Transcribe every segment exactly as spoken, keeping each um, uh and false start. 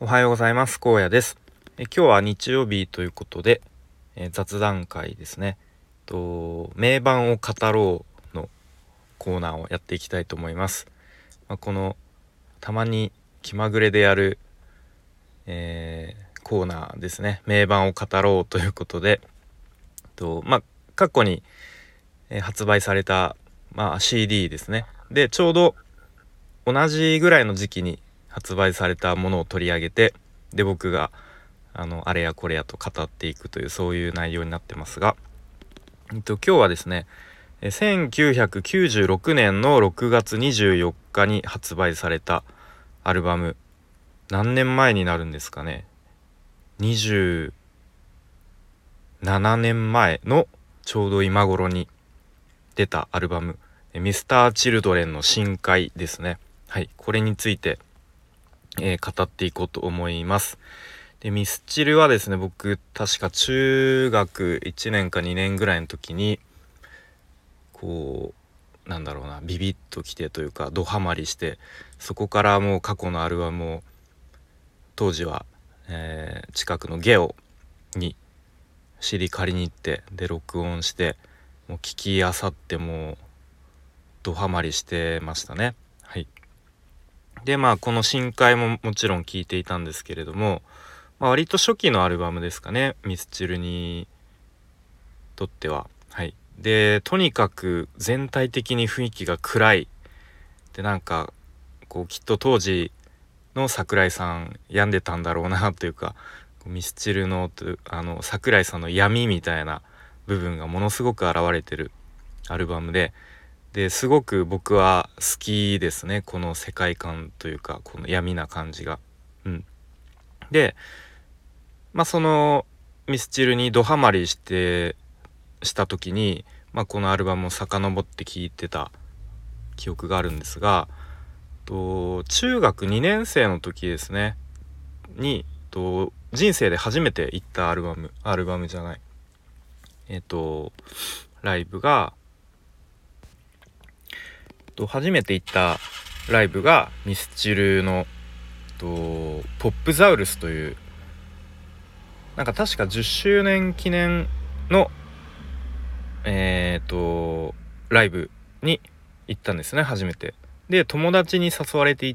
おはようございます。荒野です。え今日は日曜日ということで、え雑談会ですね。と名盤を語ろうのコーナーをやっていきたいと思います。まあ、このたまに気まぐれでやる、えーコーナーですね。名盤を語ろうということで、とまあ過去に、えー発売された、まあ、シーディー ですね。でちょうど同じぐらいの時期に発売されたものを取り上げて、で僕があのあれやこれやと語っていくという、そういう内容になってますが、えっと、今日はですねせんきゅうひゃくきゅうじゅうろくねんのろくがつにじゅうよっかに発売されたアルバム、何年前になるんですかね、にじゅうななねんまえのちょうど今頃に出たアルバム、ミスターチルドレンの深海ですね。はい、これについて、えー語っていこうと思います。でミスチルはですね、僕確か中学いちねんかにねんぐらいの時にこうなんだろうな、ビビッときてというかドハマりして、そこからもう過去のアルバムを当時は、えー近くのゲオに シーディー 借りに行って、で録音して、もう聞き漁って、もうドハマりしてましたね。はい。でまあこの深海ももちろん聞いていたんですけれども、まあ、割と初期のアルバムですかね、ミスチルにとっては。はい。でとにかく全体的に雰囲気が暗い。でなんかこうきっと当時の桜井さん病んでたんだろうなというか、ミスチルのあの桜井さんの闇みたいな部分がものすごく現れてるアルバムで、ですごく僕は好きですね、この世界観というか、この闇な感じが。うん。でまあそのミスチルにドハマりしてした時に、まあ、このアルバムを遡って聴いてた記憶があるんですが、と中学にねん生の時ですねに、と人生で初めて行ったアルバムアルバムじゃないえっ、とライブがと初めて行ったライブがミスチルのとポップザウルスという、なんか確かじゅっしゅうねん記念のえっ、とライブに行ったんですね、初めて。で友達に誘われて行って、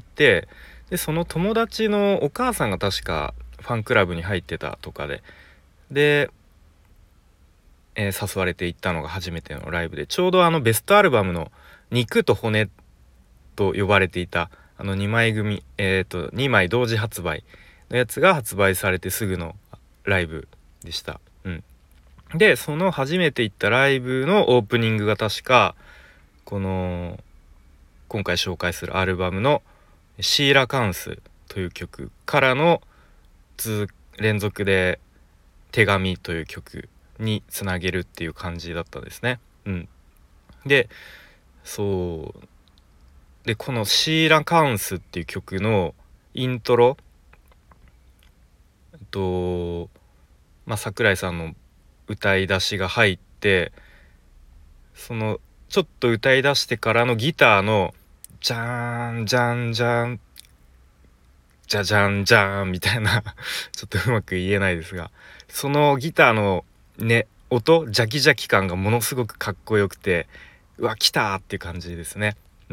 でその友達のお母さんが確かファンクラブに入ってたとかで、で、えー誘われて行ったのが初めてのライブで、ちょうどあのベストアルバムの肉と骨と呼ばれていたあのにまい組、えっ、とにまい同時発売のやつが発売されてすぐのライブでした。うん。でその初めて行ったライブのオープニングが確かこの今回紹介するアルバムのシーラカンスという曲からの連続で手紙という曲につなげるっていう感じだったですね。うん。でそうでこのシーラカンスっていう曲のイントロ、えっとまあ桜井さんの歌い出しが入って、そのちょっと歌い出してからのギターのジャーンジャンジャンジャジャンジャーンみたいなちょっとうまく言えないですが、そのギターのね音ジャキジャキ感がものすごくかっこよくて、うわ来たーっていう感じですね。うん。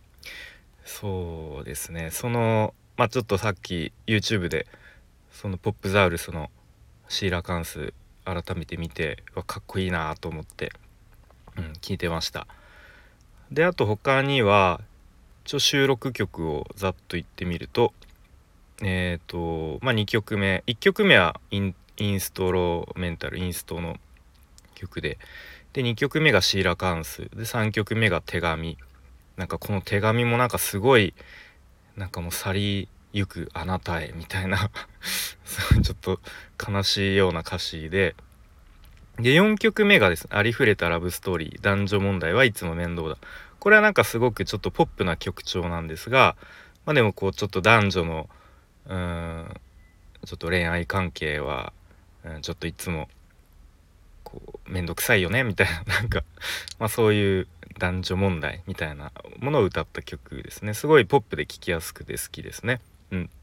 そうですね、そのまあちょっとさっき YouTube でそのポップザウルスのシーラカンス改めて見て、うわかっこいいなと思って、うん、聞いてました。であと他には一応収録曲をざっと言ってみると、えっ、とまあにきょくめいっきょくめはイン、インストロメンタルインストの曲で、でにきょくめがシーラカンスで、さんきょくめが手紙。なんかこの手紙もなんかすごいなんかもう去りゆくあなたへみたいなちょっと悲しいような歌詞で、でよんきょくめがですね、ありふれたラブストーリー男女問題はいつも面倒だ。これはなんかすごくちょっとポップな曲調なんですが、まあでもこうちょっと男女のうーんちょっと恋愛関係は、うん、ちょっといつもこうめんどくさいよねみたいななんかまあそういう男女問題みたいなものを歌った曲ですね。すごいポップで聴きやすくて好きですね。うん。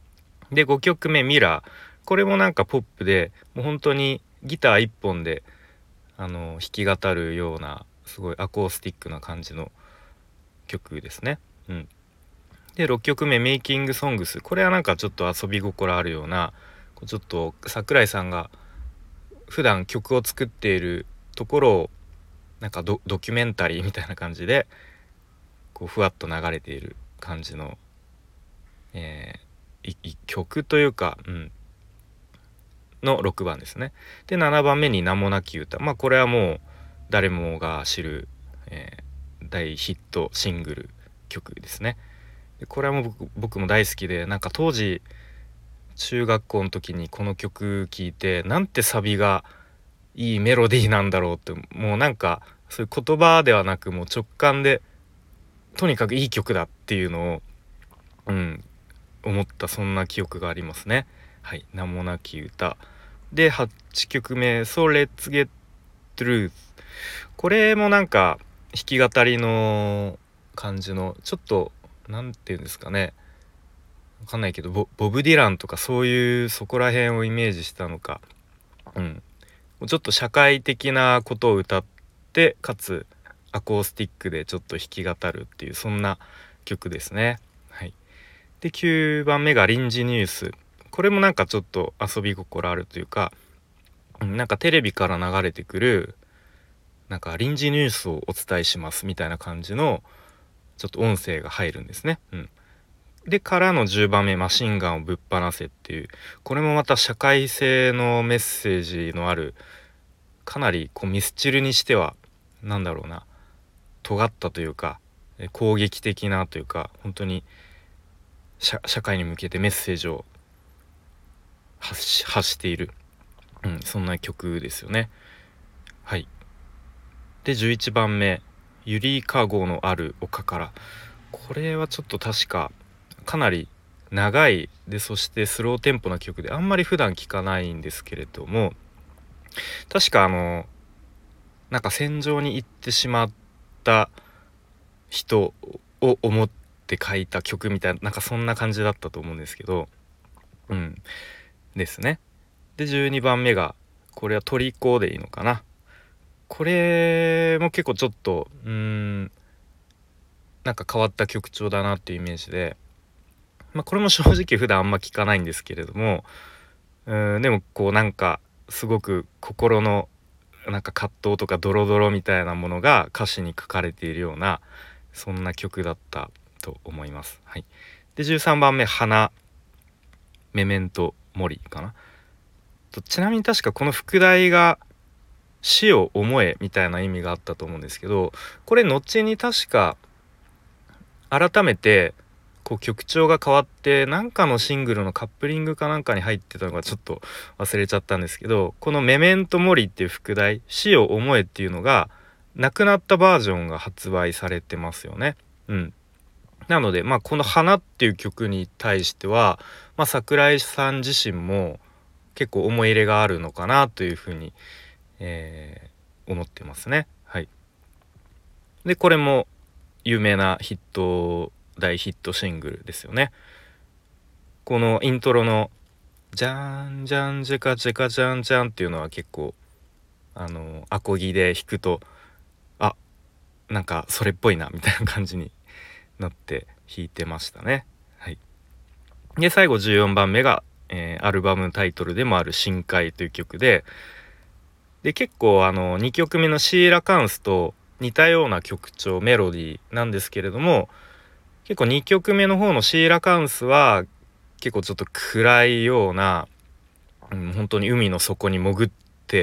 でごきょくめミラー、これもなんかポップでもう本当にギターいっぽんであの弾き語るようなすごいアコースティックな感じの曲ですね。うん、でろっきょくめメイキングソングス、これはなんかちょっと遊び心あるような、ちょっと桜井さんが普段曲を作っているところをなんか ド, ドキュメンタリーみたいな感じでこうふわっと流れている感じの、えー、曲というか、うん、のろくばんですね。でななばんめに名もなき歌、まあこれはもう誰もが知る、えー、大ヒットシングル曲ですね。でこれはもう 僕, 僕も大好きで、なんか当時中学校の時にこの曲聴いて、なんてサビがいいメロディーなんだろうって、もうなんかそういう言葉ではなくもう直感でとにかくいい曲だっていうのを、うん、思った、そんな記憶がありますね。はい、名もなき歌ではちきょくめ So Let's Get Truth、 これもなんか弾き語りの感じの、ちょっとなんていうんですかね、わかんないけど ボ, ボブ・ディランとかそういうそこら辺をイメージしたのか、うん、ちょっと社会的なことを歌ってかつアコースティックでちょっと弾き語るっていう、そんな曲ですね。はい、できゅうばんめが臨時ニュース、これもなんかちょっと遊び心あるというか、なんかテレビから流れてくるなんか臨時ニュースをお伝えしますみたいな感じのちょっと音声が入るんですね。うん、でからのじゅうばんめマシンガンをぶっ放せっていう、これもまた社会性のメッセージのある、かなりこうミスチルにしてはなんだろうな、尖ったというか攻撃的なというか、本当に 社, 社会に向けてメッセージを発 し, 発している、うん、そんな曲ですよね。はい。でじゅういちばんめゆりかごのある丘から、これはちょっと確かかなり長いで、そしてスローテンポな曲であんまり普段聴かないんですけれども、確かあのなんか戦場に行ってしまった人を思って書いた曲みたいな、なんかそんな感じだったと思うんですけど、うんですね。でじゅうにばんめがこれはトリコでいいのかな、これも結構ちょっとうーんなんか変わった曲調だなっていうイメージで、まあ、これも正直普段あんま聞かないんですけれども、うんでもこうなんかすごく心のなんか葛藤とかドロドロみたいなものが歌詞に書かれているような、そんな曲だったと思います。はい、でじゅうさんばんめ花メメントモリかなと、ちなみに確かこの副題が死を思えみたいな意味があったと思うんですけど、これ後に確か改めてこう曲調が変わってなんかのシングルのカップリングかなんかに入ってたのがちょっと忘れちゃったんですけど、このメメントモリっていう副題死を思えっていうのがなくなったバージョンが発売されてますよね。うんなのでまあこの花っていう曲に対しては、まあ、桜井さん自身も結構思い入れがあるのかなというふうに、えー思ってますね。はい。でこれも有名なヒット大ヒットシングルですよね。このイントロのジャンジャンジェカジェカジャンジャンっていうのは結構あのアコギで弾くとあなんかそれっぽいなみたいな感じになって弾いてましたね。はい。で最後じゅうよんばんめが、えーアルバムタイトルでもある深海という曲で、で結構あのにきょくめのシーラカンスと似たような曲調メロディーなんですけれども、結構にきょくめの方のシーラカンスは結構ちょっと暗いような、うん、本当に海の底に潜って、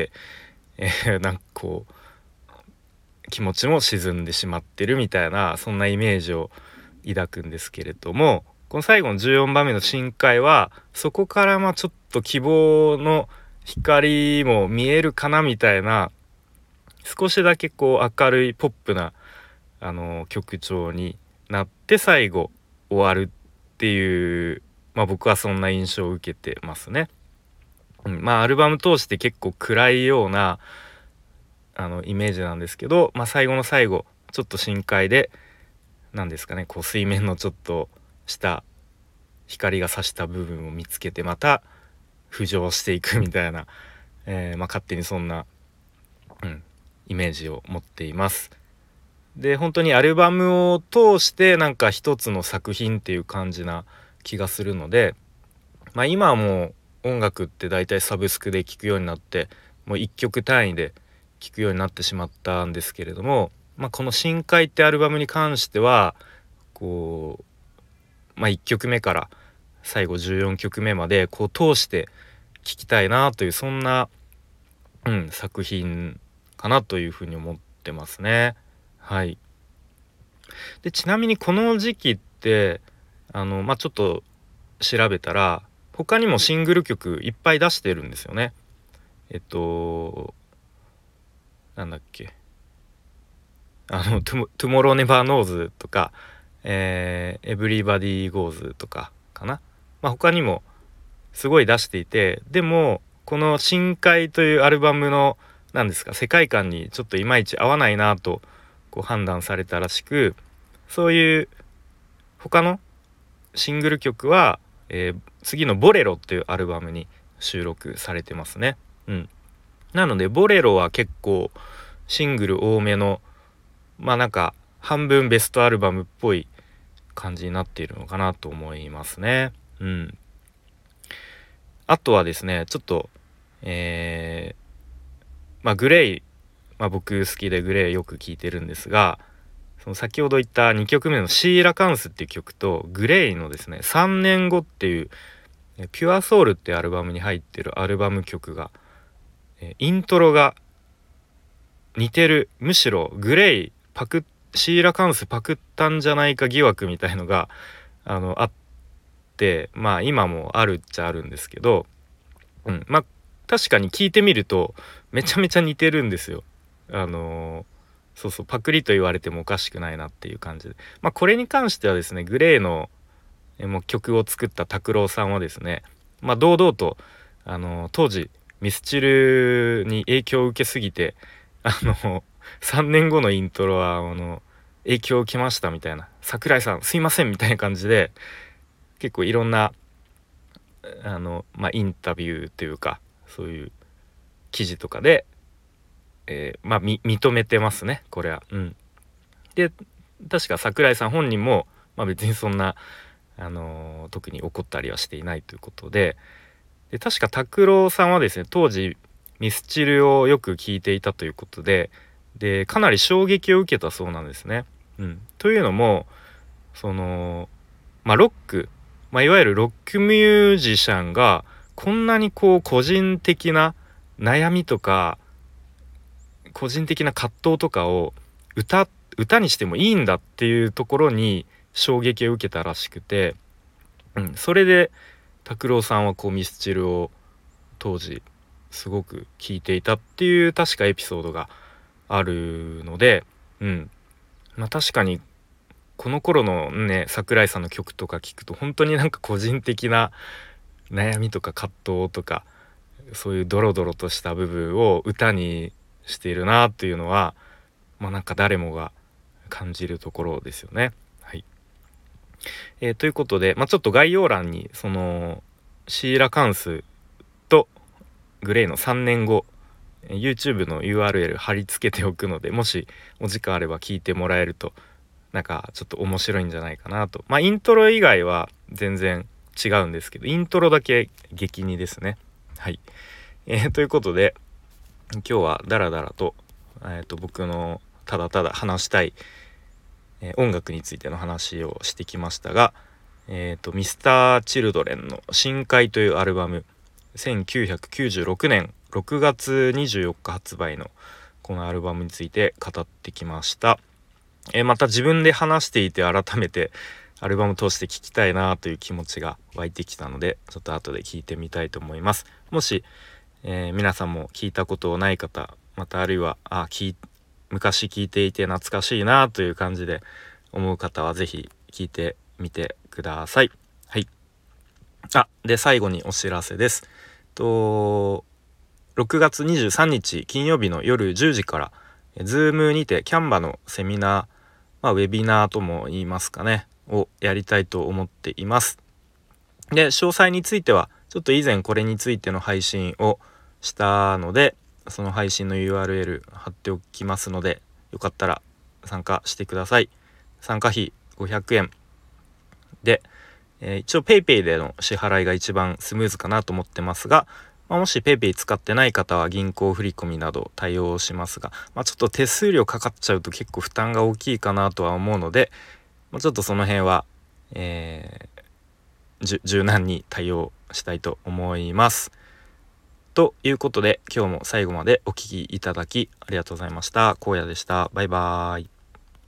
えー、なんかこう気持ちも沈んでしまってるみたいな、そんなイメージを抱くんですけれども、この最後のじゅうよんばんめの深海はそこからまあちょっと希望の光も見えるかなみたいな、少しだけこう明るいポップなあの曲調になって最後終わるっていう、まあ僕はそんな印象を受けてますね。うん、まあアルバム通して結構暗いようなあのイメージなんですけど、まあ最後の最後ちょっと深海でなんですかね、こう水面のちょっと下光が差した部分を見つけてまた浮上していくみたいな、えーまあ、勝手にそんな、うん、イメージを持っています。で本当にアルバムを通してなんか一つの作品っていう感じな気がするので、まあ、今はもう音楽ってだいたいサブスクで聴くようになってもういっきょく単位で聴くようになってしまったんですけれども、まあ、この深海ってアルバムに関してはこう、まあ、いっきょくめから最後じゅうよんきょくめまでこう通して聴きたいなというそんな、うん、作品かなというふうに思ってますね。はい。でちなみにこの時期ってあの、まあ、ちょっと調べたら他にもシングル曲いっぱい出してるんですよね。えっとなんだっけあのトゥモ「トゥモローネバーノーズ」とか、えー「エブリバディゴーズ」とかかな。まあ、他にもすごい出していて、でもこの深海というアルバムの何ですか世界観にちょっといまいち合わないなとこう判断されたらしく、そういう他のシングル曲は、えー次のボレロっていうアルバムに収録されてますね。うん。なのでボレロは結構シングル多めの、まあなんか半分ベストアルバムっぽい感じになっているのかなと思いますね。うん。あとはですねちょっとえー、まあグレイ、まあ、僕好きでグレイよく聴いてるんですが、その先ほど言ったにきょくめのシーラカンスっていう曲とグレイのですねさんねんごっていうピュアソウルっていうアルバムに入ってるアルバム曲がイントロが似てる、むしろグレイパクシーラカンスパクったんじゃないか疑惑みたいのがあのあって、まあ今もあるっちゃあるんですけど、うん、まあ確かに聞いてみるとめちゃめちゃ似てるんですよ。あのーそうそうパクリと言われてもおかしくないなっていう感じで、まあこれに関してはですねグレーのえもう曲を作った拓郎さんはですね、まあ堂々とあのー当時ミスチルに影響を受けすぎてあのさんねんごのイントロはあの影響を受けましたみたいな、桜井さんすいませんみたいな感じで結構いろんなあの、まあ、インタビューというかそういう記事とかで、えーまあ、認めてますねこれは。うん、で確か桜井さん本人も、まあ、別にそんな、あのー特に怒ったりはしていないということで、で確か拓郎さんはですね当時ミスチルをよく聞いていたということで、でかなり衝撃を受けたそうなんですね。うん、というのもその、まあ、ロック、まあ、いわゆるロックミュージシャンがこんなにこう個人的な悩みとか個人的な葛藤とかを歌歌にしてもいいんだっていうところに衝撃を受けたらしくて、うん、それで拓郎さんはこうミスチルを当時すごく聴いていたっていう確かエピソードがあるので、うん、まあ確かにこの頃のね桜井さんの曲とか聞くと本当になんか個人的な悩みとか葛藤とかそういうドロドロとした部分を歌にしているなっていうのはまあなんか誰もが感じるところですよね。はい。えーということで、まあ、ちょっと概要欄にそのシーラカンスとグレイのさんねんご YouTube の ユーアールエル 貼り付けておくので、もしお時間あれば聞いてもらえるとなんかちょっと面白いんじゃないかなと。まあイントロ以外は全然違うんですけどイントロだけ激似ですね。はい。えーということで今日はダラダラと,、えーと僕のただただ話したい、えー音楽についての話をしてきましたが、えーとミスターチルドレンの深海というアルバムせんきゅうひゃくきゅうじゅうろくねんろくがつにじゅうよっか発売のこのアルバムについて語ってきました。えーまた自分で話していて改めてアルバム通して聴きたいなという気持ちが湧いてきたのでちょっと後で聴いてみたいと思います。もし、えー皆さんも聞いたことない方、またあるいはあ聞昔聞いていて懐かしいなという感じで思う方は是非聞いてみてください。はい。あで最後にお知らせです。とろくがつにじゅうさんにち金曜日の夜じゅうじからZoomにてキャンバのセミナー、まあ、ウェビナーとも言いますかねをやりたいと思っています。 で詳細についてはちょっと以前これについての配信をしたので、その配信の ユーアールエル 貼っておきますので、よかったら参加してください。参加費ごひゃくえんで、えー、一応 PayPay での支払いが一番スムーズかなと思ってますが、まあ、もし PayPay 使ってない方は銀行振込など対応しますが、まあ、ちょっと手数料かかっちゃうと結構負担が大きいかなとは思うので、まあ、ちょっとその辺は、えー、柔軟に対応したいと思います。ということで今日も最後までお聞きいただきありがとうございました。荒野でした。バイバーイ。